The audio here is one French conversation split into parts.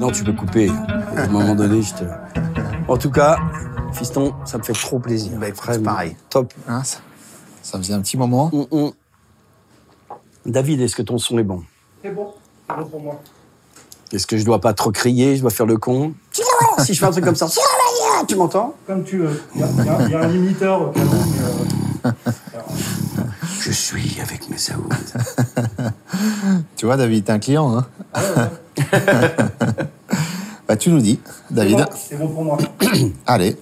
Non, tu peux couper. À un moment donné, je te... En tout cas, fiston, ça me fait trop plaisir. Bah, écoute, pareil. Top. Hein, ça faisait un petit moment. David, est-ce que ton son est bon? C'est bon pour moi. Est-ce que je dois pas trop crier? Je dois faire le con? Si je fais un truc comme ça, tu m'entends? Comme tu veux. Il y a un limiteur au cas où. Je suis avec mes Saoud. Tu vois, David, t'es un client, hein? Ouais. Bah, tu nous dis, David. C'est bon pour moi. Allez.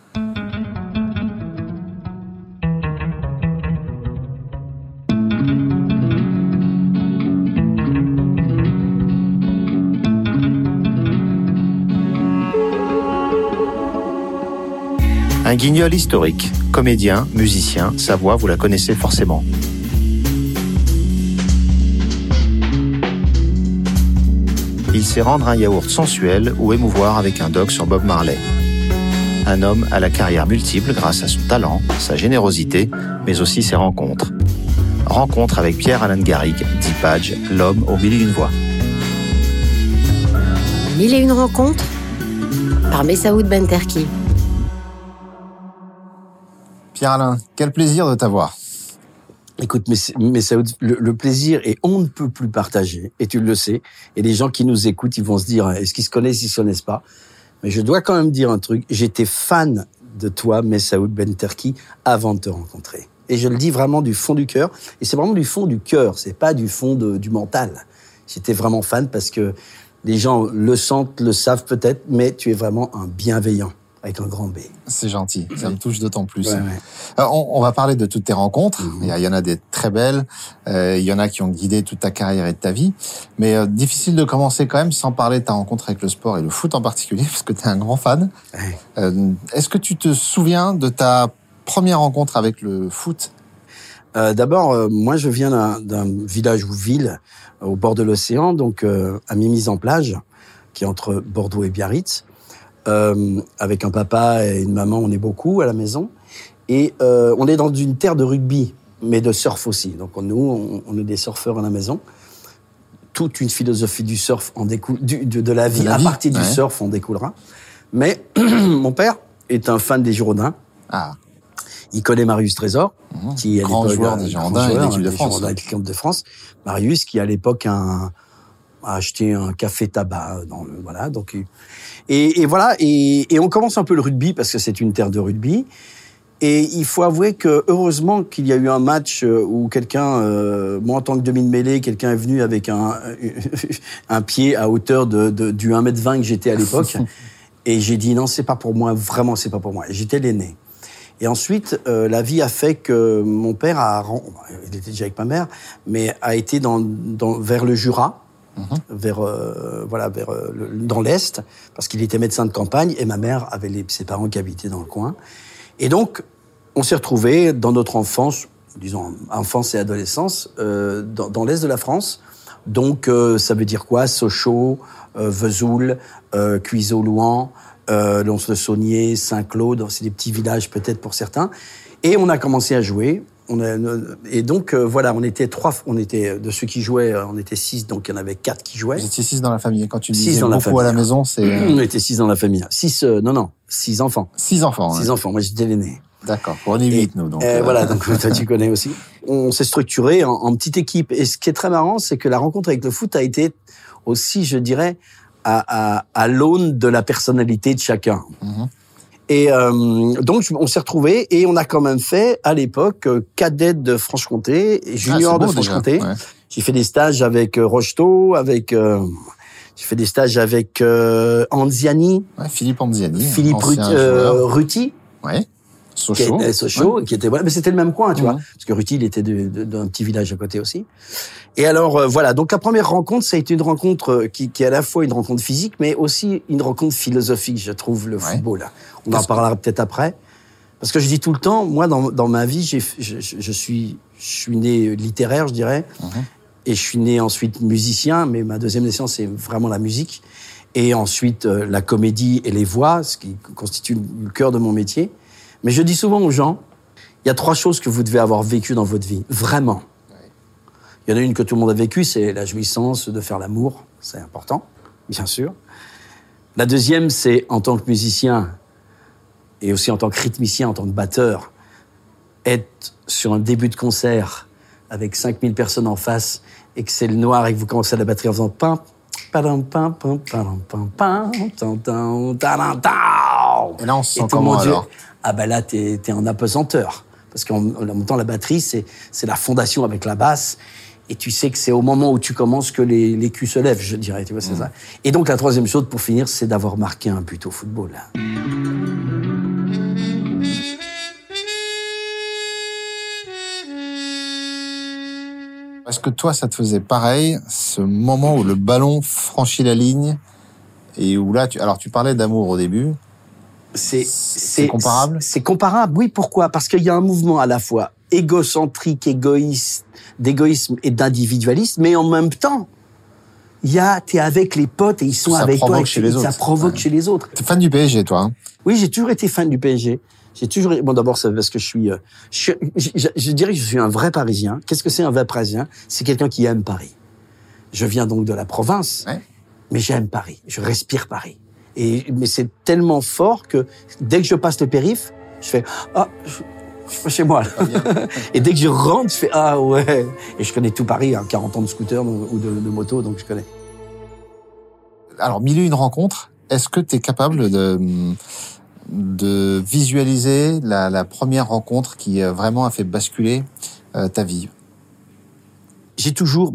Un guignol historique, comédien, musicien, sa voix, vous la connaissez forcément. Il sait rendre un yaourt sensuel ou émouvoir avec un doc sur Bob Marley. Un homme à la carrière multiple grâce à son talent, sa générosité, mais aussi ses rencontres. Rencontre avec Pierre-Alain Garrigue, dit Page, l'homme aux mille et une voix. Mille et une rencontres par Messaoud Benterki. Pierre-Alain, quel plaisir de t'avoir. Écoute, mais Saoud, le plaisir est on ne peut plus partager, et tu le sais. Et les gens qui nous écoutent, ils vont se dire, est-ce qu'ils se connaissent, ils se connaissent pas? Mais je dois quand même dire un truc. J'étais fan de toi, Messaoud Benterki, avant de te rencontrer. Et je le dis vraiment du fond du cœur. Et c'est vraiment du fond du cœur. C'est pas du fond du mental. J'étais vraiment fan parce que les gens le sentent, le savent peut-être, mais tu es vraiment un bienveillant. Avec un grand B. C'est gentil, ça me touche d'autant plus. Ouais. On va parler de toutes tes rencontres. Il y en a des très belles. Il y en a qui ont guidé toute ta carrière et de ta vie. Mais difficile de commencer quand même sans parler de ta rencontre avec le sport et le foot en particulier, parce que tu es un grand fan. Ouais. Est-ce que tu te souviens de ta première rencontre avec le foot? D'abord, moi je viens d'un village ou ville au bord de l'océan, donc à Mimizan-Plage, qui est entre Bordeaux et Biarritz. Avec un papa et une maman, on est beaucoup à la maison. Et on est dans une terre de rugby, mais de surf aussi. Donc nous, on est des surfeurs à la maison. Toute une philosophie du surf en découle, de la vie, à partir du surf, on découlera. Mais mon père est un fan des Girondins. Ah. Il connaît Marius Trésor, qui est grand joueur des Girondins et l'équipe de France. L'équipe de France. Marius, qui à l'époque a acheté un café tabac voilà. Donc et voilà, et on commence un peu le rugby parce que c'est une terre de rugby. Et il faut avouer que heureusement qu'il y a eu un match où quelqu'un, moi en tant que demi-de-mêlée, quelqu'un est venu avec un pied à hauteur du 1m20 que j'étais à l'époque. Et j'ai dit non, c'est pas pour moi, vraiment c'est pas pour moi. Et j'étais l'aîné. Et ensuite, la vie a fait que mon père il était déjà avec ma mère, mais a été vers le Jura. Dans l'Est, parce qu'il était médecin de campagne et ma mère avait ses parents qui habitaient dans le coin. Et donc, on s'est retrouvés dans notre enfance, disons enfance et adolescence, dans l'Est de la France. Donc, ça veut dire quoi? Sochaux, Vesoul, Cuiseaux-Louan, Lons-le-Saunier, Saint-Claude, c'est des petits villages peut-être pour certains. Et on a commencé à jouer. Et donc, voilà, on était de ceux qui jouaient, on était 6, donc il y en avait 4 qui jouaient. Vous étiez 6 dans la famille. Quand tu disais beaucoup à la maison, c'est... On était 6 dans la famille. 6 enfants. 6 enfants, 6 enfants, moi j'étais l'aîné. D'accord, on est 8, nous. Donc, voilà, donc toi tu connais aussi. On s'est structuré en petite équipe. Et ce qui est très marrant, c'est que la rencontre avec le foot a été aussi, je dirais, à l'aune de la personnalité de chacun. Et donc, on s'est retrouvés et on a quand même fait, à l'époque, cadet de Franche-Comté et junior de Franche-Comté. Ouais. J'ai fait des stages avec Rocheteau, j'ai fait des stages avec Anziani. Ouais, Philippe Anziani. Philippe Ruti. Ouais. Sochaux, qui était, voilà, mais c'était le même coin, tu vois. Parce que Ruti, il était d'un petit village à côté aussi. Et alors, voilà. Donc, la première rencontre, ça a été une rencontre qui est à la fois une rencontre physique, mais aussi une rencontre philosophique, je trouve, le football. On en parlera peut-être après. Parce que je dis tout le temps, moi, dans ma vie, je suis né littéraire, je dirais. Et je suis né ensuite musicien, mais ma deuxième naissance, c'est vraiment la musique. Et ensuite, la comédie et les voix, ce qui constitue le cœur de mon métier. Mais je dis souvent aux gens, il y a 3 choses que vous devez avoir vécues dans votre vie, vraiment. Il y en a une que tout le monde a vécue, c'est la jouissance de faire l'amour, c'est important, bien sûr. La deuxième, c'est en tant que musicien et aussi en tant que rythmicien, en tant que batteur, être sur un début de concert avec 5000 personnes en face et que c'est le noir et que vous commencez à la batterie en faisant pam, padam, pam, pam, padam, pam, pam, tam, tam, tam, tam. Et là, on se sent Et tout le comment monde dit, alors? ah ben là, t'es en apesanteur. Parce qu'en même temps, la batterie, c'est la fondation avec la basse. Et tu sais que c'est au moment où tu commences que les culs se lèvent, je dirais, tu vois, c'est ça. Et donc, la troisième chose, pour finir, c'est d'avoir marqué un but au football. Est-ce que toi, ça te faisait pareil, ce moment où le ballon franchit la ligne et où là, tu parlais d'amour au début. C'est comparable? C'est comparable, oui. Pourquoi? Parce qu'il y a un mouvement à la fois égocentrique, d'égoïsme et d'individualisme, mais en même temps, t'es avec les potes et ils sont avec toi. Ça provoque chez les autres. T'es fan du PSG, toi, hein? Oui, j'ai toujours été fan du PSG. Bon, d'abord, c'est parce que je dirais que je suis un vrai Parisien. Qu'est-ce que c'est un vrai Parisien? C'est quelqu'un qui aime Paris. Je viens donc de la province, mais j'aime Paris. Je respire Paris. Mais c'est tellement fort que dès que je passe le périph', je fais je suis pas chez moi. Là. Et dès que je rentre, je fais ah ouais. Et je connais tout Paris, 40 ans de scooter ou de moto, donc je connais. Alors, mille et une rencontres, est-ce que tu es capable de visualiser la première rencontre qui vraiment a fait basculer ta vie? J'ai toujours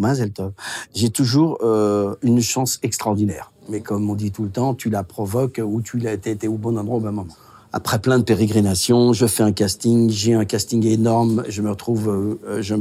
une chance extraordinaire. Mais comme on dit tout le temps, tu la provoques ou tu l'as été au bon endroit au bon moment. Après plein de pérégrinations, je fais un casting, j'ai un casting énorme, je me retrouve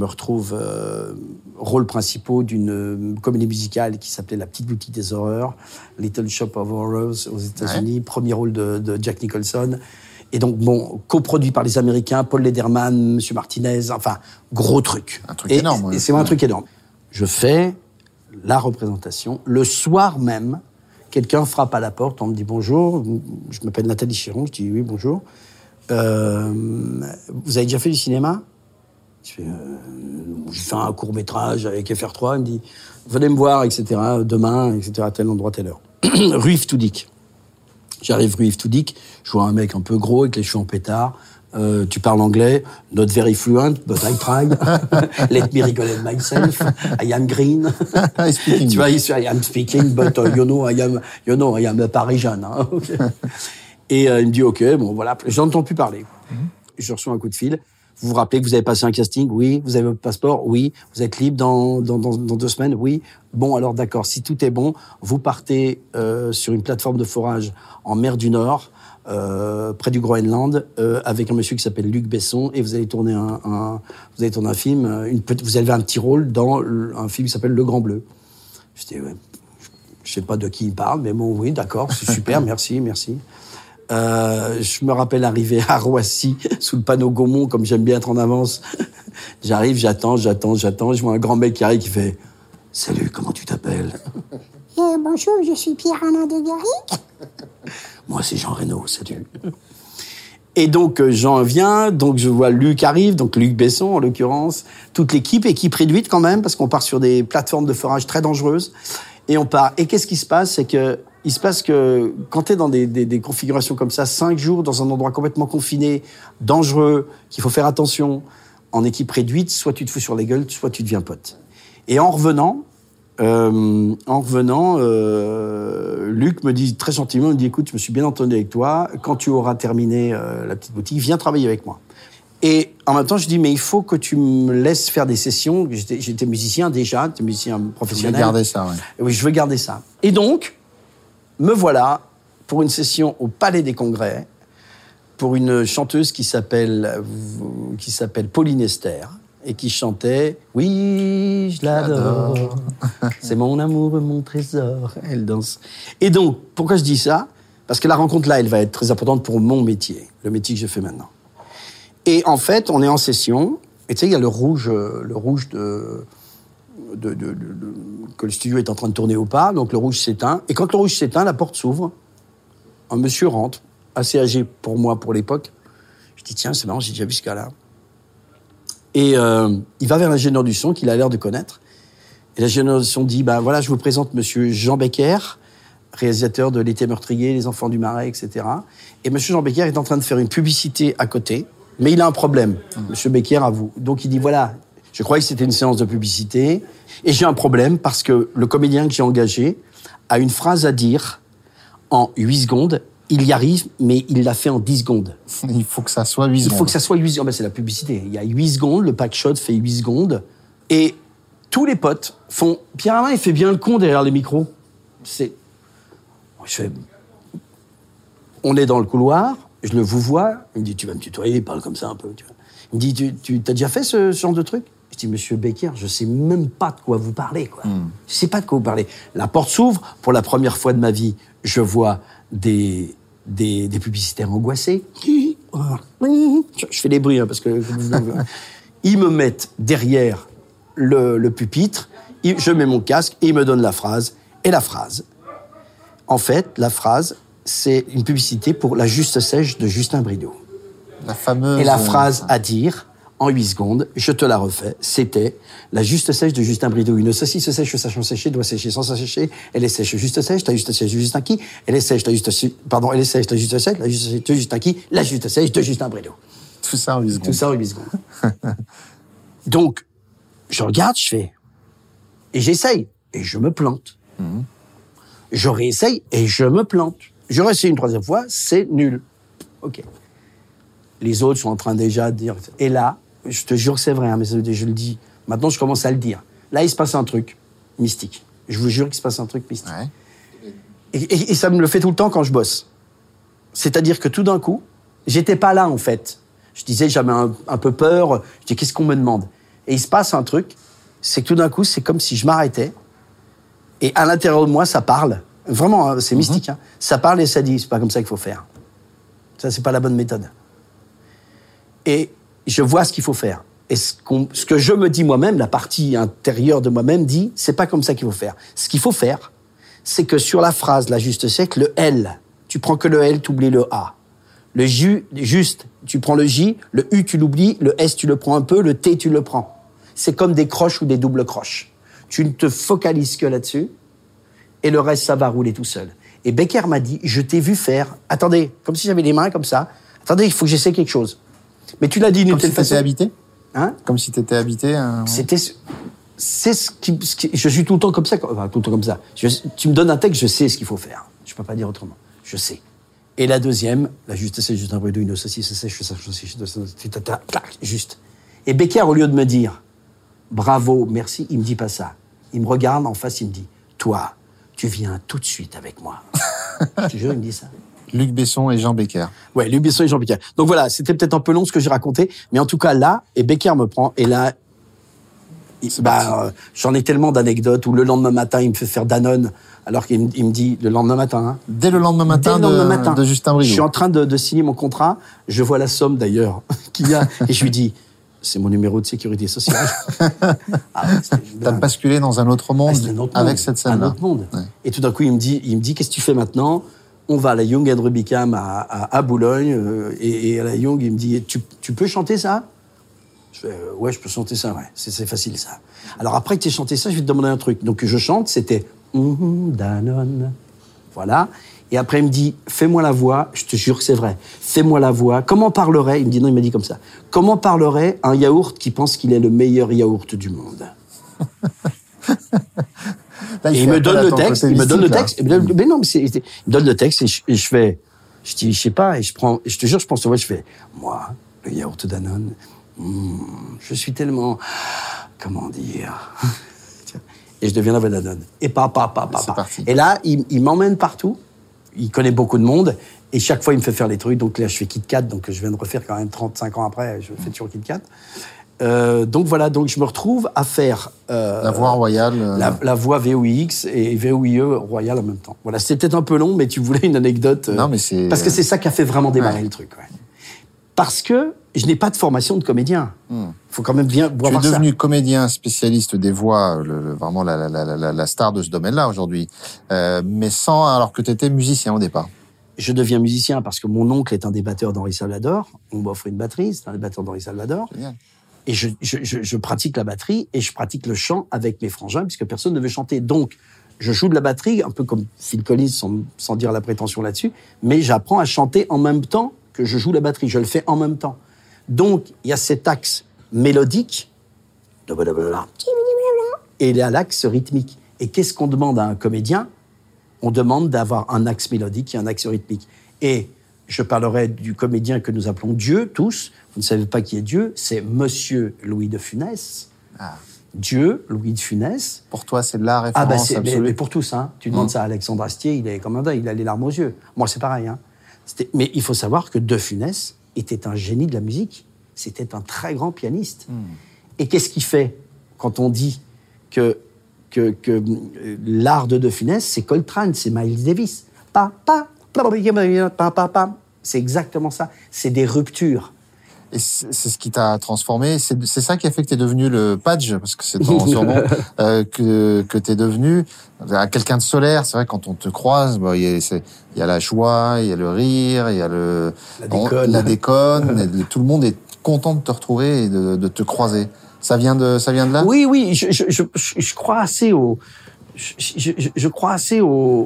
rôle principal d'une comédie musicale qui s'appelait La Petite Boutique des Horreurs, Little Shop of Horrors aux États-Unis, premier rôle de Jack Nicholson. Et donc, coproduit par les Américains, Paul Lederman, Monsieur Martinez, enfin, gros truc. Un truc énorme. Et c'est un truc énorme. Je fais la représentation. Le soir même, quelqu'un frappe à la porte, on me dit bonjour, je m'appelle Nathalie Chiron, je dis oui, bonjour. Vous avez déjà fait du cinéma? Je fais un court-métrage avec FR3, il me dit venez me voir, etc., demain, etc., à tel endroit, telle heure. Rue Yves Toudik. J'arrive rue Yves Toudik, je vois un mec un peu gros avec les cheveux en pétard. Tu parles anglais, not very fluent, but I tried. Let me recollect myself. I am green. Tu vois, I am speaking, but I am a Parisian. Hein, okay. Et il me dit OK, bon voilà, j'entends plus parler. Je reçois un coup de fil. Vous vous rappelez que vous avez passé un casting? Oui. Vous avez votre passeport? Oui. Vous êtes libre dans 2 semaines? Oui. Bon, alors d'accord. Si tout est bon, vous partez sur une plateforme de forage en mer du Nord, près du Groenland, avec un monsieur qui s'appelle Luc Besson, et vous allez tourner un film. Vous avez un petit rôle dans un film qui s'appelle Le Grand Bleu. Je dis, je sais pas de qui il parle, mais bon, oui, d'accord, c'est super, merci. Je me rappelle arriver à Roissy, sous le panneau Gaumont, comme j'aime bien être en avance. J'arrive, j'attends. Je vois un grand mec qui arrive qui fait « Salut, comment tu t'appelles ?» Bonjour, je suis Pierre-Alain Degaric. Moi, c'est Jean Reno, salut. Et donc, Jean vient, donc je vois Luc arrive, donc Luc Besson, en l'occurrence, toute l'équipe réduite quand même, parce qu'on part sur des plateformes de forage très dangereuses. Et on part. Et qu'est-ce qui se passe? Il se passe que quand tu es dans des configurations comme ça, 5 jours dans un endroit complètement confiné, dangereux, qu'il faut faire attention, en équipe réduite, soit tu te fous sur les gueules, soit tu deviens pote. Et en revenant, Luc me dit très gentiment, il me dit écoute, je me suis bien entendu avec toi, quand tu auras terminé la petite boutique, viens travailler avec moi. Et en même temps, je dis mais il faut que tu me laisses faire des sessions. J'étais musicien déjà, j'étais musicien professionnel. Je veux garder ça, oui. Oui, je veux garder ça. Et donc, me voilà pour une session au Palais des Congrès pour une chanteuse qui s'appelle Pauline Esther et qui chantait « Oui, je l'adore, c'est mon amour, mon trésor ». Elle danse. Et donc, pourquoi je dis ça? Parce que la rencontre là, elle va être très importante pour mon métier, le métier que je fais maintenant. Et en fait, on est en session, et tu sais, il y a le rouge que le studio est en train de tourner ou pas, donc le rouge s'éteint. Et quand le rouge s'éteint, la porte s'ouvre, un monsieur rentre, assez âgé pour moi, pour l'époque. Je dis, tiens, c'est marrant, j'ai déjà vu ce gars-là. Et il va vers l'ingénieur du son, qu'il a l'air de connaître. Et l'ingénieur du son dit, voilà, je vous présente monsieur Jean Becker, réalisateur de L'été meurtrier, Les enfants du Marais, etc. Et monsieur Jean Becker est en train de faire une publicité à côté, mais il a un problème. Monsieur Becker avoue. Donc il dit, voilà, je croyais que c'était une séance de publicité, et j'ai un problème parce que le comédien que j'ai engagé a une phrase à dire en 8 secondes. Il y arrive, mais il l'a fait en 10 secondes. Il faut que ça soit 8 secondes. Il faut que ça soit 8 secondes. Ben, c'est la publicité. Il y a 8 secondes, le pack shot fait 8 secondes. Et tous les potes font... Pierre Alain, il fait bien le con derrière les micros. On est dans le couloir, je le vous vois. Il me dit, tu vas me tutoyer, il parle comme ça un peu. Tu vois. Il me dit, tu t'as déjà fait ce genre de truc? Je dis, monsieur Becker, je sais même pas de quoi vous parlez, quoi. Je sais pas de quoi vous parlez. La porte s'ouvre. Pour la première fois de ma vie, je vois des publicitaires angoissés. Je fais des bruits, hein, parce que... Ils me mettent derrière le pupitre, je mets mon casque, et ils me donnent la phrase. Et la phrase, en fait, la phrase, c'est une publicité pour la Juste Sèche de Justin Brideau. La fameuse... Et la phrase à dire, en 8 secondes, je te la refais, c'était la Juste Sèche de Justin Brideau. Une saucisse sèche, sachant sécher, doit sécher sans sécher. Elle est sèche, juste sèche, la juste sèche de Justin qui. Elle est sèche, la juste sèche, elle est sèche, la juste sèche, la juste sèche de Justin qui. La juste sèche de Justin Brideau. Tout ça en 8 secondes. Tout ça en 8 secondes. Donc, je regarde, je fais. Et j'essaye. Et je me plante. Je réessaye et je me plante. Je réessaye une 3e fois, c'est nul. OK. Les autres sont en train déjà de dire... Et là, je te jure que c'est vrai, hein, mais je le dis. Maintenant, je commence à le dire. Là, il se passe un truc mystique. Je vous jure qu'il se passe un truc mystique. Ouais. Et ça me le fait tout le temps quand je bosse. C'est-à-dire que tout d'un coup, j'étais pas là, en fait. Je disais, j'avais un peu peur. Je dis, qu'est-ce qu'on me demande? Et il se passe un truc, c'est que tout d'un coup, c'est comme si je m'arrêtais. Et à l'intérieur de moi, ça parle. Vraiment, hein, c'est mystique. Hein. Ça parle et ça dit, c'est pas comme ça qu'il faut faire. Ça, c'est pas la bonne méthode. Et je vois ce qu'il faut faire. Et ce que je me dis moi-même, la partie intérieure de moi-même dit, c'est pas comme ça qu'il faut faire. Ce qu'il faut faire, c'est que sur la phrase, la juste sec, le L, tu prends que le L, tu oublies le A. Le J, juste, tu prends le J, le U, tu l'oublies, le S, tu le prends un peu, le T, tu le prends. C'est comme des croches ou des doubles croches. Tu ne te focalises que là-dessus, et le reste, ça va rouler tout seul. Et Becker m'a dit, je t'ai vu faire, attendez, comme si j'avais les mains comme ça, attendez, il faut que j'essaie quelque chose. Mais tu l'as dit d'une telle façon. Comme si t'étais habité? Hein? Comme si t'étais habité? C'est ce qui, je suis tout le temps comme ça, enfin, tout le temps comme ça. Tu me donnes un texte, je sais ce qu'il faut faire. Je peux pas dire autrement. Je sais. Et la deuxième, la juste, c'est juste un bruit une saucisse sèche, juste. Et Becker, au lieu de me dire, bravo, merci, il me dit pas ça. Il me regarde en face, il me dit, toi, tu viens tout de suite avec moi. Je te jure, il me dit ça. Luc Besson et Jean Becker. Ouais, Luc Besson et Jean Becker. Donc voilà, c'était peut-être un peu long ce que j'ai raconté, mais en tout cas là, et Becker me prend, et là, j'en ai tellement d'anecdotes où le lendemain matin, il me fait faire Danone, alors qu'il me dit le lendemain matin. Hein, Dès le lendemain matin, de Justin Brideau. Je suis en train de signer mon contrat, je vois la somme d'ailleurs qu'il y a, et je lui dis, c'est mon numéro de sécurité sociale. T'as basculé dans un autre monde avec cette scène-là. Un autre monde. Ouais. Et tout d'un coup, il me dit, qu'est-ce que tu fais maintenant? On va à la Young and Rubicam à Boulogne, et à la Young, il me dit, tu peux chanter ça? Je fais, ouais, je peux chanter ça, ouais. C'est facile, ça. Alors après que tu aies chanté ça, je vais te demander un truc. Donc je chante, c'était Danone. Voilà. Et après, il me dit, fais-moi la voix, je te jure que c'est vrai. Fais-moi la voix. Comment parlerait, il me dit, non, il m'a dit comme ça. Comment parlerait un yaourt qui pense qu'il est le meilleur yaourt du monde? Là, et il me donne le texte, il me donne le texte. Mais non, mais il me donne le texte et je dis, je sais pas, et je te jure, je pense, ouais, je fais, moi, le yaourt Danone, je suis tellement, comment dire, et je deviens la voix Danone. Et Et là, il m'emmène partout. Il connaît beaucoup de monde. Et chaque fois, il me fait faire les trucs. Donc là, je fais Kit Kat. Donc je viens de refaire quand même 35 ans après. Je fais toujours Kit Kat. Donc voilà. Donc je me retrouve à faire... la voix royale. La voix VOX et VOIE royale en même temps. Voilà. C'était peut-être un peu long, mais tu voulais une anecdote. Non, mais c'est... Parce que c'est ça qui a fait vraiment démarrer le truc. Ouais. Parce que je n'ai pas de formation de comédien. Il faut quand même bien voir ça. Tu es devenu comédien spécialiste des voix, vraiment la star de ce domaine-là aujourd'hui, mais alors que tu étais musicien au départ. Je deviens musicien parce que mon oncle est un des batteurs d'Henri Salvador. On m'offre une batterie, c'est un des batteurs d'Henri Salvador. Génial. Et je pratique la batterie et je pratique le chant avec mes frangins puisque personne ne veut chanter. Donc, Je joue de la batterie, un peu comme Phil Collins, sans dire la prétention là-dessus, mais j'apprends à chanter en même temps que je joue la batterie. Je le fais en même temps. Donc, il y a cet axe mélodique, et il y a l'axe rythmique. Et qu'est-ce qu'on demande à un comédien ? On demande d'avoir un axe mélodique et un axe rythmique. Et je parlerai du comédien que nous appelons Dieu, tous. Vous ne savez pas qui est Dieu, c'est Monsieur Louis de Funès. Ah. Dieu, Louis de Funès. Pour toi, c'est la référence absolue. Mais pour tous, hein. Tu demandes ça à Alexandre Astier, il est comme un dingue, il a les larmes aux yeux. Moi, c'est pareil. Hein. Mais il faut savoir que De Funès était un génie de la musique. C'était un très grand pianiste. Et qu'est-ce qu'il fait quand on dit que l'art de Funès, c'est Coltrane, c'est Miles Davis. C'est exactement ça. C'est des ruptures. Et c'est ce qui t'a transformé. C'est ça qui a fait que t'es devenu le Padge, parce que c'est ton surnom, que t'es devenu quelqu'un de solaire. C'est vrai, quand on te croise, il y a la joie, il y a le rire, il y a la déconne. Et tout le monde est content de te retrouver et de te croiser. Ça vient de là? Oui. Je crois assez je crois assez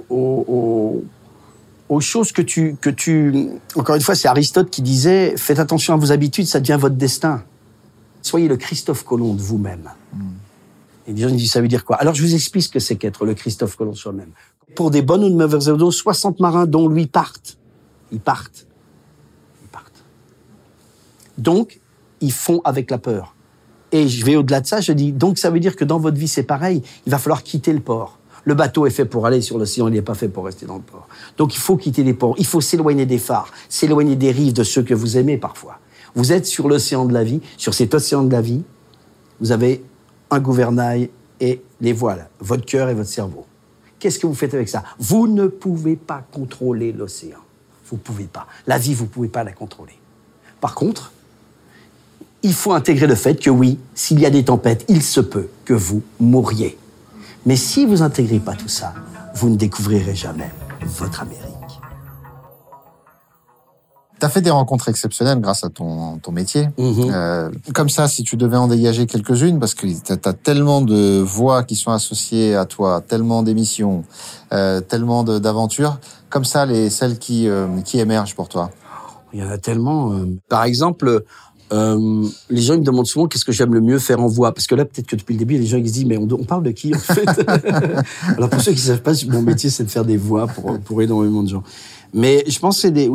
aux choses que tu... Encore une fois, c'est Aristote qui disait « Faites attention à vos habitudes, ça devient votre destin. Soyez le Christophe Colomb de vous-même. » Et les gens disent « Ça veut dire quoi ?» Alors, je vous explique ce que c'est qu'être le Christophe Colomb de soi-même. Pour des bonnes ou de mauvaises raisons, 60 marins, dont lui, partent. Ils partent. Donc, ils font avec la peur. Et je vais au-delà de ça, je dis « Donc, ça veut dire que dans votre vie, c'est pareil. Il va falloir quitter le port. » Le bateau est fait pour aller sur l'océan, il n'est pas fait pour rester dans le port. Donc il faut quitter les ports, il faut s'éloigner des phares, s'éloigner des rives de ceux que vous aimez parfois. Vous êtes sur l'océan de la vie, sur cet océan de la vie, vous avez un gouvernail et les voiles, votre cœur et votre cerveau. Qu'est-ce que vous faites avec ça ? Vous ne pouvez pas contrôler l'océan. Vous ne pouvez pas. La vie, vous ne pouvez pas la contrôler. Par contre, il faut intégrer le fait que oui, s'il y a des tempêtes, il se peut que vous mouriez. Mais si vous n'intégrez pas tout ça, vous ne découvrirez jamais votre Amérique. Tu as fait des rencontres exceptionnelles grâce à ton métier. Comme ça, si tu devais en dégager quelques-unes, parce que tu as tellement de voix qui sont associées à toi, tellement d'émissions, tellement d'aventures, comme ça, celles qui émergent pour toi. Il y en a tellement. Par exemple... les gens ils me demandent souvent qu'est-ce que j'aime le mieux faire en voix, parce que là peut-être que depuis le début les gens ils se disent mais on parle de qui en fait. Alors pour ceux qui savent pas, mon métier c'est de faire des voix pour énormément de gens, mais je pense que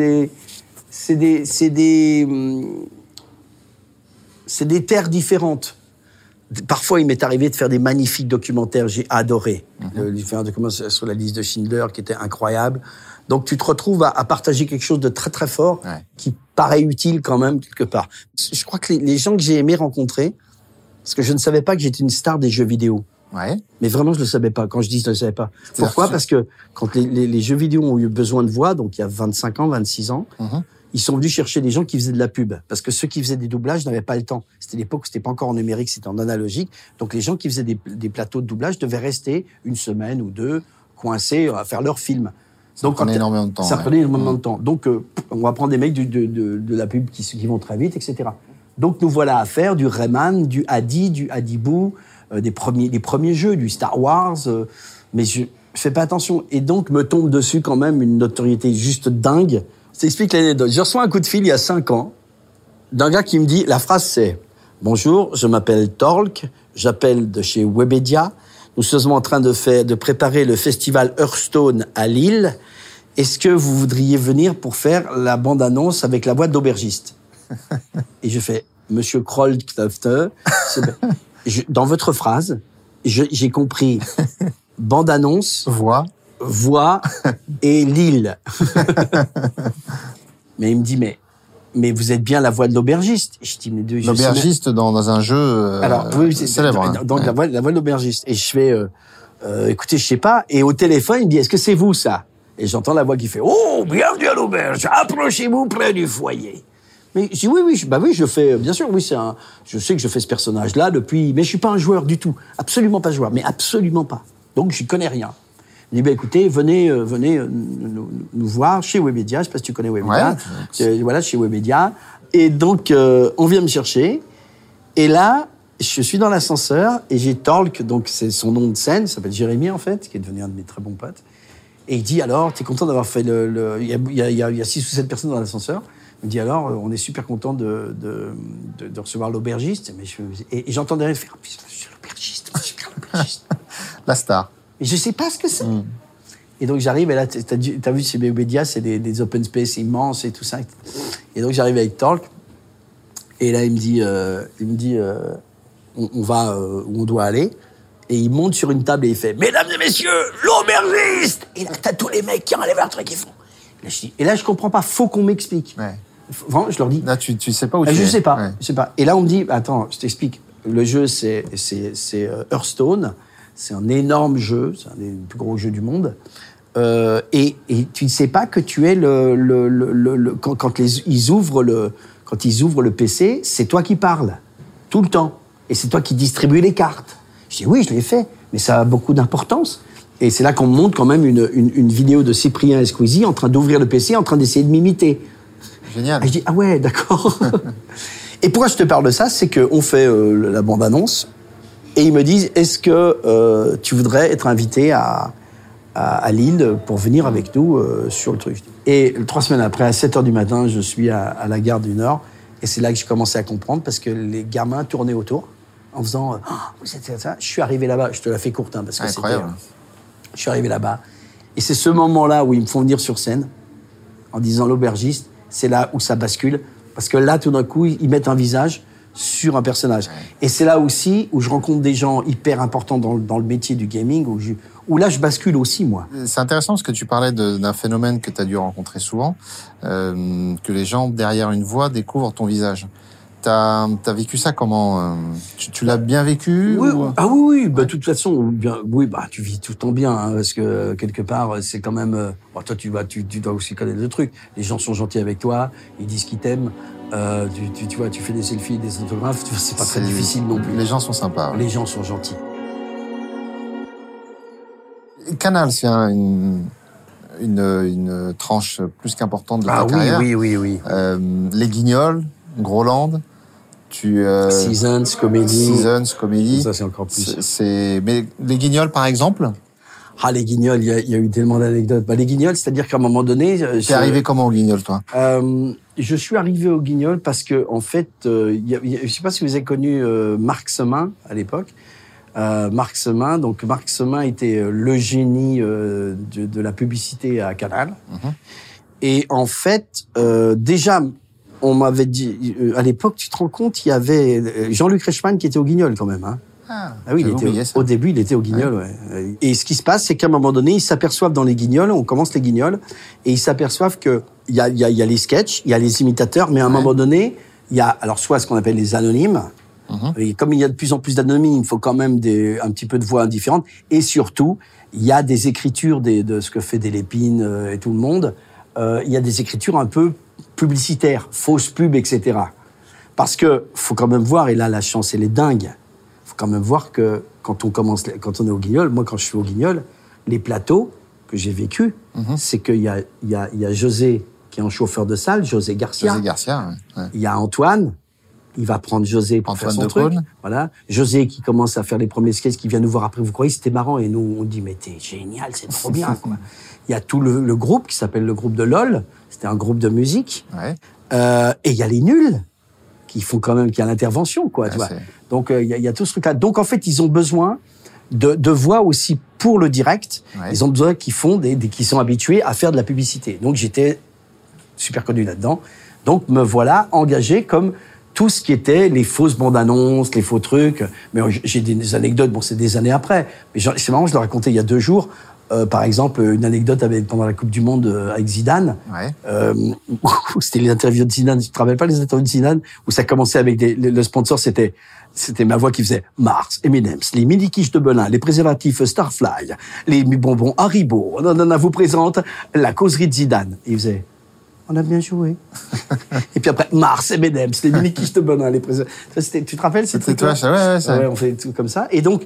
c'est des terres différentes. Parfois il m'est arrivé de faire des magnifiques documentaires, j'ai adoré faire un documentaire sur la liste de Schindler qui était incroyable. Donc, tu te retrouves à partager quelque chose de très, très fort qui paraît utile quand même, quelque part. Je crois que les gens que j'ai aimé rencontrer, parce que je ne savais pas que j'étais une star des jeux vidéo. Ouais. Mais vraiment, je ne le savais pas. Quand je dis je ne le savais pas. Pourquoi ? Parce que quand les jeux vidéo ont eu besoin de voix, donc il y a 25 ans, 26 ans, ils sont venus chercher des gens qui faisaient de la pub. Parce que ceux qui faisaient des doublages n'avaient pas le temps. C'était l'époque où c'était pas encore en numérique, c'était en analogique. Donc, les gens qui faisaient des plateaux de doublage devaient rester une semaine ou deux coincés à faire leur film. Ça prenait énormément de temps. Ça prenait énormément de temps. Donc, on va prendre des mecs de la pub qui vont très vite, etc. Donc, nous voilà à faire du Rayman, du Adi, du Adibou, des premiers jeux, du Star Wars. Mais je fais pas attention. Et donc, me tombe dessus quand même une notoriété juste dingue. Ça explique l'anecdote. Je reçois un coup de fil il y a 5 ans d'un gars qui me dit, la phrase c'est « Bonjour, je m'appelle Torlk, j'appelle de chez Webedia. Nous sommes en train de préparer le festival Hearthstone à Lille. Est-ce que vous voudriez venir pour faire la bande-annonce avec la voix d'aubergiste ?» Et je fais « Monsieur Kroll-Knöfte, dans votre phrase, j'ai compris bande-annonce, voix et Lille. » Mais il me dit « Mais vous êtes bien la voix de l'aubergiste ?» Je dis « Mais l'aubergiste dans un jeu alors, oui, c'est célèbre. Donc la voix de l'aubergiste. Et je fais écoutez, je sais pas. Et au téléphone, il me dit « Est-ce que c'est vous, ça ?» Et j'entends la voix qui fait « Oh, bienvenue à l'auberge, approchez-vous près du foyer. » Mais je dis oui, je fais, bien sûr, oui, je sais que je fais ce personnage-là depuis, mais je suis pas un joueur du tout. Absolument pas joueur, mais absolument pas. Donc, j'y connais rien. Il dit, écoutez, venez nous voir chez Webedia. Je sais pas si tu connais Webedia. Ouais, voilà, chez Webedia. Et donc, on vient me chercher. Et là, je suis dans l'ascenseur et j'ai Tolk, donc c'est son nom de scène, il s'appelle Jérémy en fait, qui est devenu un de mes très bons potes. Et il dit alors, t'es content d'avoir fait il y a 6 ou 7 personnes dans l'ascenseur. Il me dit alors, on est super content de recevoir l'aubergiste. Et j'entends derrière faire, putain, je suis l'aubergiste. La star. Et je sais pas ce que c'est. Et donc j'arrive, et là, t'as vu chez Webedia, c'est des open space immenses et tout ça. Et donc j'arrive avec Tolk. Et là, il me dit, on va où on doit aller. Et il monte sur une table et il fait « Mesdames et messieurs, l'aubergiste !» Et là, t'as tous les mecs qui enlèvent leur truc et font. Et là, je comprends pas, faut qu'on m'explique. Ouais. Vraiment, je leur dis. Là, tu sais pas où tu es. Je sais pas, Ouais. je sais pas. Et là, on me dit, attends, je t'explique. Le jeu, c'est Hearthstone. C'est un énorme jeu, c'est un des plus gros jeux du monde. Et tu ne sais pas que tu es quand ils ouvrent le PC, c'est toi qui parles tout le temps, et c'est toi qui distribues les cartes. Je dis oui, je l'ai fait, mais ça a beaucoup d'importance. Et c'est là qu'on me montre quand même une vidéo de Cyprien et Squeezie en train d'ouvrir le PC, en train d'essayer de m'imiter. Génial. Et je dis ah ouais, d'accord. Et pourquoi je te parle de ça, c'est qu'on fait la bande-annonce et ils me disent est-ce que tu voudrais être invité à Lille pour venir avec nous sur le truc. Et 3 semaines après, à 7h du matin, je suis à la gare du Nord et c'est là que j'ai commencé à comprendre parce que les gamins tournaient autour en faisant vous êtes ça. Je suis arrivé là-bas, je te la fais courte parce que incroyable. Je suis arrivé là-bas et c'est ce moment-là où ils me font venir sur scène en disant l'aubergiste, c'est là où ça bascule parce que là tout d'un coup ils mettent un visage sur un personnage. Ouais. Et c'est là aussi où je rencontre des gens hyper importants dans le métier du gaming, où là je bascule aussi, moi. C'est intéressant parce que tu parlais d'un phénomène que tu as dû rencontrer souvent, que les gens derrière une voix découvrent ton visage. T'as vécu ça comment? Tu l'as bien vécu? Oui, ou... Ah oui, bah, de toute façon, bien, oui, bah, tu vis tout le temps bien, hein, parce que quelque part, c'est quand même, bon, toi, tu dois aussi connaître le truc. Les gens sont gentils avec toi, ils disent qu'ils t'aiment, tu vois, tu fais des selfies, des autographes, c'est pas très difficile non plus. Les gens sont sympas. Les gens sont gentils. Canal, c'est une tranche plus qu'importante de ta carrière. Oui. Les Guignols, Groland, Seasons, Comédie. Ça, c'est encore plus. Mais les Guignols, par exemple? Ah, les Guignols, il y a eu tellement d'anecdotes. Bah, les Guignols, c'est-à-dire qu'à un moment donné... T'es arrivé comment au Guignol, toi? Je suis arrivé au Guignol parce que, en fait, je sais pas si vous avez connu Marc Semin, à l'époque. Marc Semin était le génie de la publicité à Canal. Mm-hmm. Et en fait, déjà... On m'avait dit, à l'époque, tu te rends compte, il y avait Jean-Luc Reichmann qui était au Guignol quand même. Hein. Ah oui, au début, il était au Guignol. Ouais. Et ce qui se passe, c'est qu'à un moment donné, ils s'aperçoivent dans les Guignols, on commence les Guignols, et ils s'aperçoivent que il y a les sketchs, il y a les imitateurs, mais à un moment donné, il y a alors soit ce qu'on appelle les anonymes. Mm-hmm. Et comme il y a de plus en plus d'anonymes, il faut quand même un petit peu de voix différentes. Et surtout, il y a des écritures de ce que fait Delépine et tout le monde. Il y a des écritures un peu publicitaires, fausses pubs, etc. Parce que faut quand même voir, et là la chance elle est dingue, faut quand même voir que quand on est au Guignol, moi quand je suis au Guignol, les plateaux que j'ai vécu, c'est qu'il y a José qui est un chauffeur de salle, José Garcia. Ouais. Il y a Antoine, il va prendre José pour faire son truc. Voilà. José qui commence à faire les premiers sketchs, qui vient nous voir après, vous croyez c'était marrant, et nous on dit mais t'es génial, c'est trop bien quoi. Il y a tout le groupe qui s'appelle le groupe de LOL, c'était un groupe de musique. Ouais. Et il y a les nuls qui font quand même, qui a l'intervention, quoi. Ouais, tu vois. Donc il y a tout ce truc-là. Donc en fait, ils ont besoin de voix aussi pour le direct. Ouais. Ils ont besoin qui sont habitués à faire de la publicité. Donc j'étais super connu là-dedans. Donc me voilà engagé comme tout ce qui était les fausses bandes annonces, les faux trucs. Mais j'ai des anecdotes. Bon, c'est des années après. Mais c'est marrant, je l'ai raconté il y a 2 jours. Par exemple, une anecdote pendant la Coupe du Monde avec Zidane. Ouais. C'était les interviews de Zidane. Tu te rappelles pas les interviews de Zidane où ça commençait avec le sponsor, c'était ma voix qui faisait Mars, M&M's, les mini-quiches de Belin, les préservatifs Starfly, les bonbons Haribo. On vous présente la causerie de Zidane. Et il faisait on a bien joué. Et puis après, Mars, M&M's, les mini-quiches de Belin, les préservatifs. Tu te rappelles c'était toi, ouais, on fait tout comme ça. Et donc,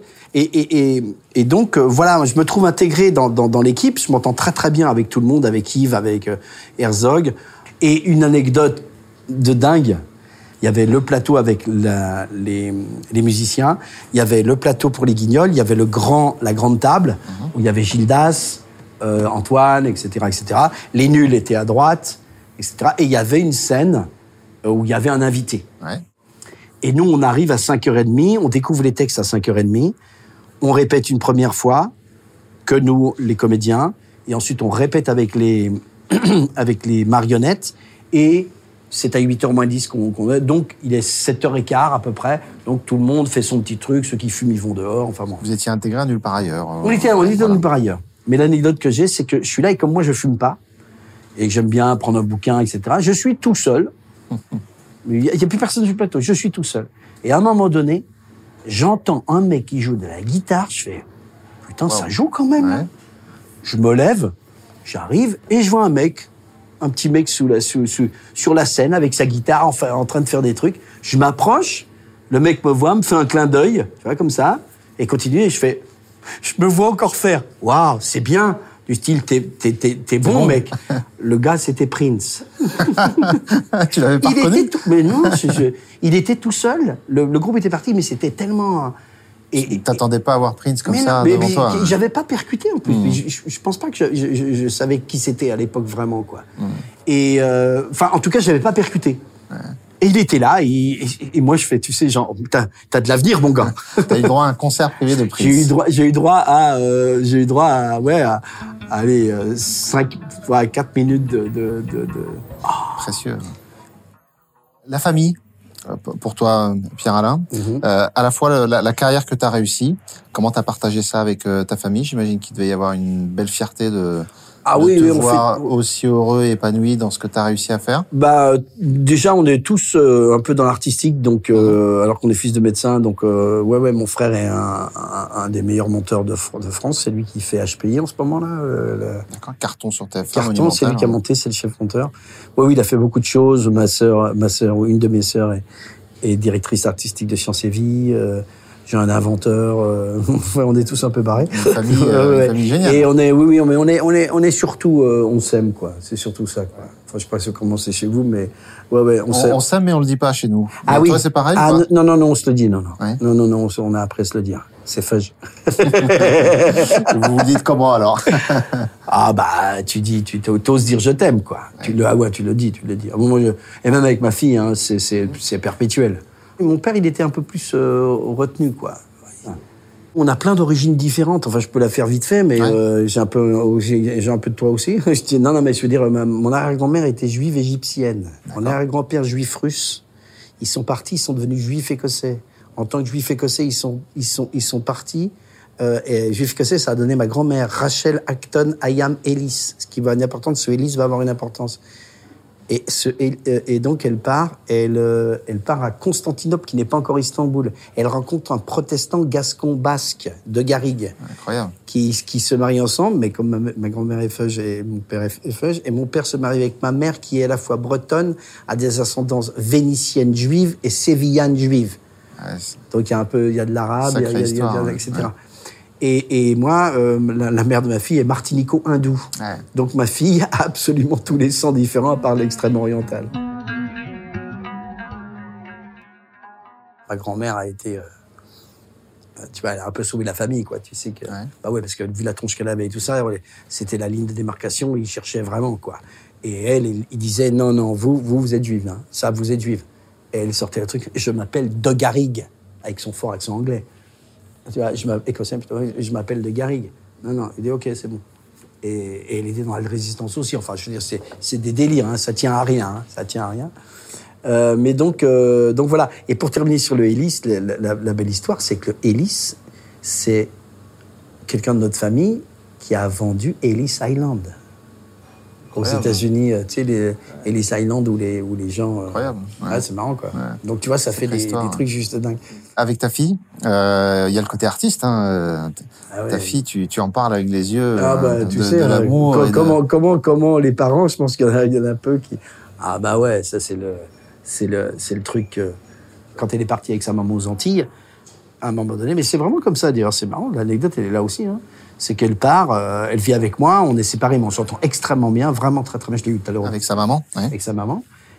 voilà, je me trouve intégré dans l'équipe. Je m'entends très très bien avec tout le monde, avec Yves, avec Herzog. Et une anecdote de dingue. Il Il y avait le plateau avec les musiciens, il y avait le plateau pour les guignols, il y avait la grande table, où il y avait Gildas, Antoine, etc., etc. Les nuls étaient à droite, etc. Et il y avait une scène où il y avait un invité. Ouais. Et nous, on arrive à 5h30, on découvre les textes à 5h30, on répète une première fois, que nous, les comédiens, et ensuite on répète avec les marionnettes, et c'est à 8h moins 10 qu'on est. Donc, il est 7h15 à peu près. Donc, tout le monde fait son petit truc. Ceux qui fument, ils vont dehors. Enfin bon. Vous étiez intégré à Nulle part ailleurs. On était nulle part ailleurs. Mais l'anecdote que j'ai, c'est que je suis là et comme moi, je fume pas, et que j'aime bien prendre un bouquin, etc., je suis tout seul. Il n'y a plus personne sur le plateau. Je suis tout seul. Et à un moment donné, j'entends un mec qui joue de la guitare. Je fais, putain, ça joue quand même. Là. Je me lève, j'arrive, et je vois un petit mec sur la scène avec sa guitare en train de faire des trucs. Je m'approche, le mec me voit, me fait un clin d'œil, tu vois, comme ça, et continue, et je me vois encore faire. Waouh, c'est bien, du style, t'es bon, mec. Le gars, c'était Prince. Tu l'avais pas reconnu? Mais non, il était tout seul. Le groupe était parti, mais c'était tellement... Tu t'attendais pas à voir Prince comme ça devant toi. J'avais pas percuté en plus. Je pense pas que je savais qui c'était à l'époque vraiment quoi. Et en tout cas, je l'avais pas percuté. Ouais. Et il était là et moi je fais, tu sais, genre t'as de l'avenir mon gars. T'as eu droit à un concert privé de Prince. J'ai eu droit à allez 4 minutes de... Précieux. La famille. Pour toi, Pierre-Alain, à la fois la carrière que tu as réussie, comment tu as partagé ça avec ta famille? J'imagine qu'il devait y avoir une belle fierté de te voir aussi heureux et épanoui dans ce que tu as réussi à faire. Déjà, on est tous un peu dans l'artistique, donc alors qu'on est fils de médecin, donc mon frère est un des meilleurs monteurs de France, c'est lui qui fait HPI en ce moment-là. D'accord, Carton sur TF1. Carton, c'est lui qui a monté, c'est le chef monteur. Oui, il a fait beaucoup de choses. Ma sœur, une de mes sœurs est directrice artistique de Sciences et Vie. J'ai un inventeur. On est tous un peu barrés. Une famille géniale. Et on est surtout, on s'aime quoi. C'est surtout ça quoi. Enfin, je sais pas comment c'est chez vous, mais on s'aime. On s'aime, mais on le dit pas chez nous. Ah oui. Toi, c'est pareil. Non, on se le dit, non. Ouais. Non, on a appris à se le dire. C'est fudge. Vous dites comment alors? Tu t'oses dire je t'aime quoi. Ouais. Tu le dis. À un moment, et même avec ma fille, hein, c'est perpétuel. Mon père, il était un peu plus retenu, quoi. On a plein d'origines différentes. Enfin, je peux la faire vite fait, mais j'ai un peu de toi aussi. Je dis non, mais je veux dire, mon arrière-grand-mère était juive égyptienne. D'accord. Mon arrière-grand-père juif russe. Ils sont partis, ils sont devenus juifs écossais. En tant que juifs écossais, ils sont partis. Et juif écossais, ça a donné ma grand-mère Rachel Acton Hayam Ellis. Ce qui va avoir une importance, ce Ellis va avoir une importance. Et donc elle part à Constantinople, qui n'est pas encore Istanbul. Elle rencontre un protestant gascon basque de Garrigues. Incroyable. Qui se marient ensemble, mais comme ma grand-mère est feuge et mon père est feuge, et mon père se marie avec ma mère qui est à la fois bretonne, a des ascendances vénitiennes juives et sévillanes juives. Ouais, donc il y a de l'arabe, etc. Ouais. Et moi, la mère de ma fille est martinico-hindou. Ouais. Donc ma fille a absolument tous les sangs différents à part l'extrême oriental. Ma grand-mère a été... tu vois, elle a un peu sauvé la famille, quoi. Tu sais que... Ouais. Parce que vu la tronche qu'elle avait et tout ça, c'était la ligne de démarcation, ils cherchaient vraiment, quoi. Et elle, il disait, non, vous êtes juive, hein. Ça, vous êtes juive. Et elle sortait le truc, je m'appelle de Garrigue, avec son fort accent anglais. Tu vois, je m'appelle de Garrigue. Non, il dit ok, c'est bon. Et elle était dans la résistance aussi. Enfin, je veux dire, c'est des délires, hein, ça tient à rien. Mais donc voilà. Et pour terminer sur le Ellis, la belle histoire, c'est que Ellis, c'est quelqu'un de notre famille qui a vendu Ellis Island. Aux États-Unis, tu sais, les Ellis Island où les gens... Incroyable. Ouais, c'est marrant, quoi. Ouais. Donc, tu vois, ça fait des trucs juste dingues. Avec ta fille, il y a le côté artiste. Hein. Ta fille, tu en parles avec les yeux de l'amour. Comment les parents, je pense qu'il y en a un peu qui... Ah bah ouais, ça c'est le truc... Quand elle est partie avec sa maman aux Antilles, à un moment donné, mais c'est vraiment comme ça, d'ailleurs, c'est marrant, l'anecdote, elle est là aussi, hein. C'est qu'elle part, elle vit avec moi, on est séparés, mais on s'entend extrêmement bien, vraiment très très bien. Je l'ai eu tout à l'heure. Avec sa maman, Avec sa maman.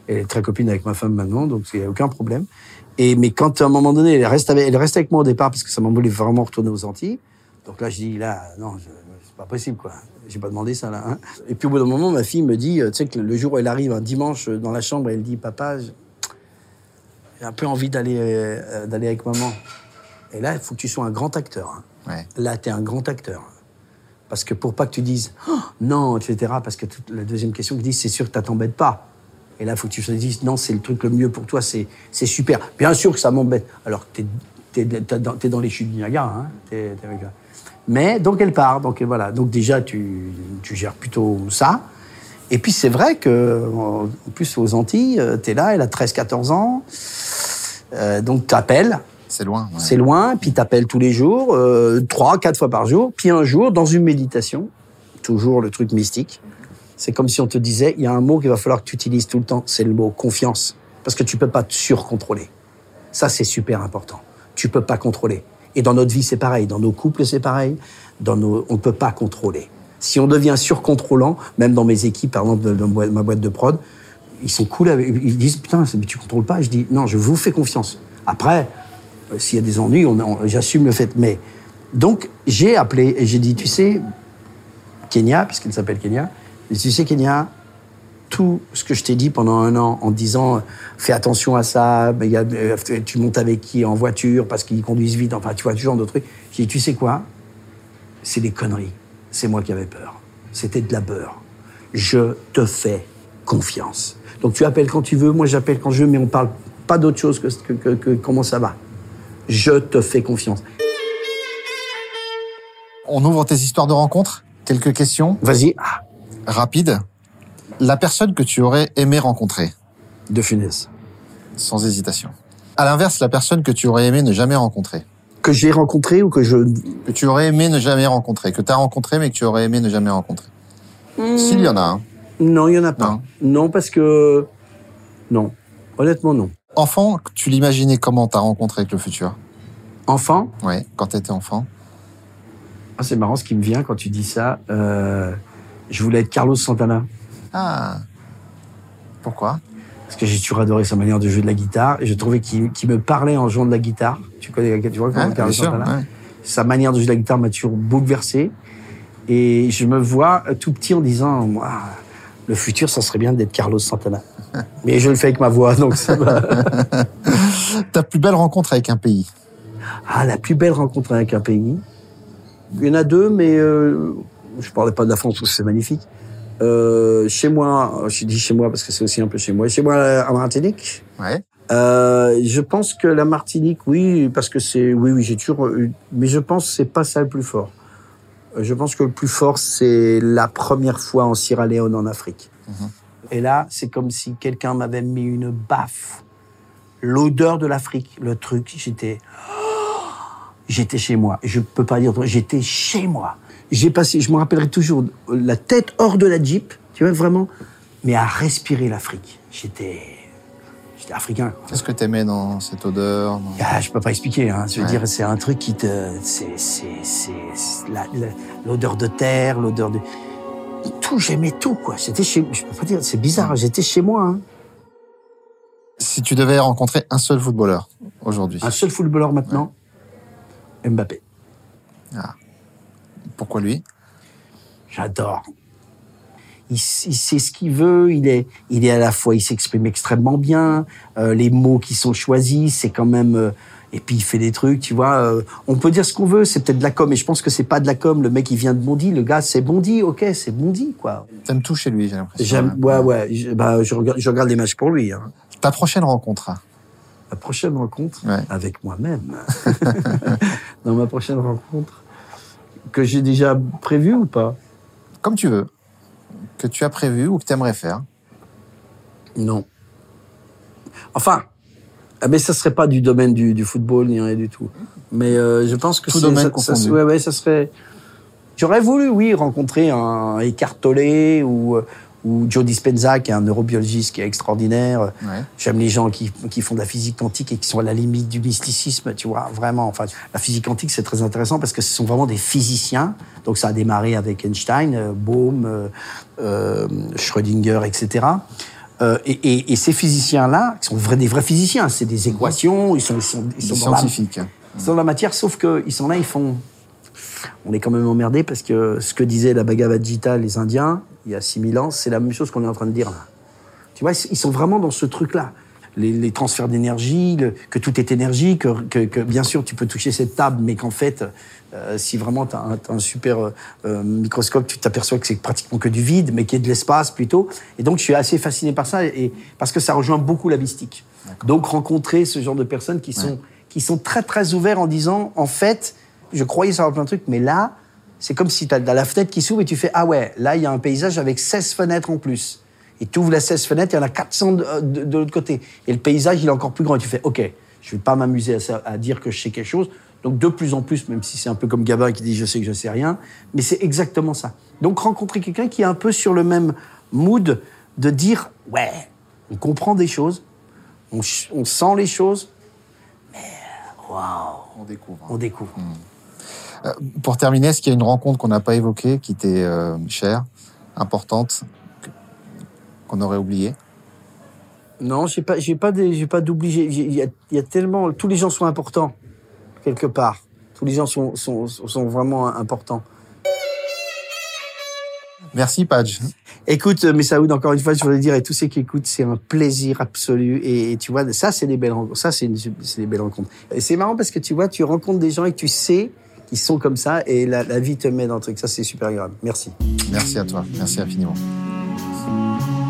Elle est très copine avec ma femme maintenant, donc il n'y a aucun problème. Mais quand, à un moment donné, elle reste avec moi au départ, parce que ça m'a voulu vraiment retourner aux Antilles. Donc là, je dis, non, c'est pas possible, quoi. J'ai pas demandé ça, là. Hein. Et puis au bout d'un moment, ma fille me dit, tu sais que le jour où elle arrive un dimanche dans la chambre, elle dit, papa, j'ai un peu envie d'aller avec maman. Et là, il faut que tu sois un grand acteur. Hein. Ouais. Là, t'es un grand acteur. Parce que pour pas que tu dises oh, non, etc. Parce que la deuxième question qui dit, c'est sûr que t'embêtes pas. Et là, il faut que tu te dises non, c'est le truc le mieux pour toi, c'est super. Bien sûr que ça m'embête. Alors que t'es dans les chutes du Niagara, hein. Mais donc elle part, donc voilà. Donc déjà tu gères plutôt ça. Et puis c'est vrai que en plus aux Antilles, t'es là, elle a 13-14 ans, donc t'appelles. C'est loin. Ouais. C'est loin, puis t'appelles tous les jours, 3-4 fois par jour, puis un jour, dans une méditation, toujours le truc mystique, c'est comme si on te disait, il y a un mot qu'il va falloir que tu utilises tout le temps, c'est le mot confiance, parce que tu peux pas te surcontrôler. Ça, c'est super important. Tu peux pas contrôler. Et dans notre vie, c'est pareil, dans nos couples, c'est pareil, on ne peut pas contrôler. Si on devient surcontrôlant, même dans mes équipes, par exemple, dans ma boîte de prod, ils sont cool avec, ils disent, putain, mais tu contrôles pas. Je dis, non, je vous fais confiance. Après, s'il y a des ennuis, j'assume le fait. Mais donc, j'ai appelé et j'ai dit, tu sais, Kenya, puisqu'elle s'appelle Kenya, tu sais, Kenya, tout ce que je t'ai dit pendant 1 an en disant fais attention à ça, tu montes avec qui en voiture parce qu'ils conduisent vite, enfin, tu vois, ce genre de trucs. J'ai dit, tu sais quoi ? C'est des conneries. C'est moi qui avais peur. C'était de la beurre. Je te fais confiance. Donc, tu appelles quand tu veux, moi j'appelle quand je veux, mais on parle pas d'autre chose que comment ça va. Je te fais confiance. On ouvre tes histoires de rencontres. Quelques questions. Vas-y. Rapide. La personne que tu aurais aimé rencontrer. De Funès. Sans hésitation. À l'inverse, la personne que tu aurais aimé ne jamais rencontrer. Que j'ai rencontré ou que je... Que tu aurais aimé ne jamais rencontrer. Que tu as rencontré, mais que tu aurais aimé ne jamais rencontrer. S'il y en a un. Non, il n'y en a pas. Non, parce que... Non. Honnêtement, non. Enfant, tu l'imaginais comment t'as rencontré avec le futur? Enfant? Ouais, quand t'étais enfant. Ah, c'est marrant ce qui me vient quand tu dis ça. Je voulais être Carlos Santana. Ah. Pourquoi? Parce que j'ai toujours adoré sa manière de jouer de la guitare. Et je trouvais qu'il me parlait en jouant de la guitare. Tu vois comment Carlos Santana? Ouais. Sa manière de jouer de la guitare m'a toujours bouleversé. Et je me vois tout petit en disant, moi, le futur, ça serait bien d'être Carlos Santana. Mais je le fais avec ma voix, donc ça va. Ta plus belle rencontre avec un pays? Ah, la plus belle rencontre avec un pays? Il y en a 2, mais je parlais pas de la France, parce que c'est magnifique. Chez moi, je dis chez moi parce que c'est aussi un peu chez moi. Chez moi, à Martinique. Ouais. Je pense que la Martinique, oui, parce que c'est, oui, j'ai toujours eu, mais je pense que c'est pas ça le plus fort. Je pense que le plus fort, c'est la première fois en Sierra Leone, en Afrique. Mm-hmm. Et là, c'est comme si quelqu'un m'avait mis une baffe. L'odeur de l'Afrique, le truc, j'étais chez moi. Je peux pas dire, j'étais chez moi. J'ai passé, je me rappellerai toujours, la tête hors de la Jeep, tu vois, vraiment, mais à respirer l'Afrique. J'étais africain. Qu'est-ce que t'aimais dans cette odeur? Je peux pas expliquer, hein. Je veux dire, c'est un truc qui c'est l'odeur de terre, l'odeur de... Tout, j'aimais tout, quoi. Je peux pas dire, c'est bizarre, j'étais chez moi, hein. Si tu devais rencontrer un seul footballeur aujourd'hui. Un seul footballeur maintenant? Ouais. Mbappé. Ah. Pourquoi lui? J'adore. Il sait ce qu'il veut, il est à la fois, il s'exprime extrêmement bien, les mots qui sont choisis, c'est quand même... et puis il fait des trucs, tu vois, on peut dire ce qu'on veut, c'est peut-être de la com, mais je pense que c'est pas de la com, le mec il vient de Bondy, le gars c'est Bondy, ok, c'est Bondy, quoi. T'aimes tout chez lui, j'ai l'impression. Ouais, je regarde les matchs pour lui. Hein. Ta prochaine rencontre? Ma prochaine rencontre? Ouais. Avec moi-même. Dans ma prochaine rencontre, que j'ai déjà prévue ou pas? Comme tu veux. Que tu as prévu ou que tu aimerais faire? Non. Enfin, mais ça serait pas du domaine du football ni rien du tout. Mais je pense que tout domaine confondu. Ouais, ça serait. J'aurais voulu, oui, rencontrer un Eckhart Tolle ou Joe Dispenza, qui est un neurobiologiste qui est extraordinaire. Ouais. J'aime les gens qui font de la physique quantique et qui sont à la limite du mysticisme, tu vois, vraiment. Enfin, la physique quantique, c'est très intéressant parce que ce sont vraiment des physiciens. Donc, ça a démarré avec Einstein, Bohm, Schrödinger, etc. Et ces physiciens-là, qui sont des vrais physiciens, c'est des équations, ils sont scientifiques. Ils sont dans la matière, sauf qu'ils sont là, ils font... On est quand même emmerdés parce que ce que disaient la Bhagavad Gita, les Indiens, il y a 6000 ans, c'est la même chose qu'on est en train de dire là. Tu vois, ils sont vraiment dans ce truc-là. Les transferts d'énergie, que tout est énergie, que bien sûr tu peux toucher cette table, mais qu'en fait, si vraiment tu as un super microscope, tu t'aperçois que c'est pratiquement que du vide, mais qu'il y a de l'espace plutôt. Et donc je suis assez fasciné par ça, et parce que ça rejoint beaucoup la mystique. D'accord. Donc rencontrer ce genre de personnes qui sont très très ouverts en disant, en fait, je croyais savoir plein de trucs, mais là, c'est comme si tu as la fenêtre qui s'ouvre et tu fais, ah ouais, là il y a un paysage avec 16 fenêtres en plus. Et tu ouvres la 16 fenêtres, il y en a 400 de l'autre côté. Et le paysage, il est encore plus grand. Et tu fais, OK, je ne vais pas m'amuser à dire que je sais quelque chose. Donc, de plus en plus, même si c'est un peu comme Gabin qui dit « je sais que je ne sais rien », mais c'est exactement ça. Donc, rencontrer quelqu'un qui est un peu sur le même mood de dire « ouais, on comprend des choses, on sent les choses, mais waouh, on découvre. » Pour terminer, est-ce qu'il y a une rencontre qu'on n'a pas évoquée, qui t'est chère, importante, qu'on aurait oublié? Non, j'ai pas d'oubli. Il y a tellement, tous les gens sont importants quelque part. Tous les gens sont vraiment importants. Merci, Padge. Écoute, Messaoud, encore une fois, je voudrais dire à tous ceux qui écoutent, c'est un plaisir absolu. Et tu vois, ça, c'est des belles rencontres. Ça, c'est des belles rencontres. Et c'est marrant parce que tu vois, tu rencontres des gens et que tu sais qu'ils sont comme ça, et la vie te met dans le truc. Ça, c'est super agréable. Merci. Merci à toi. Merci infiniment.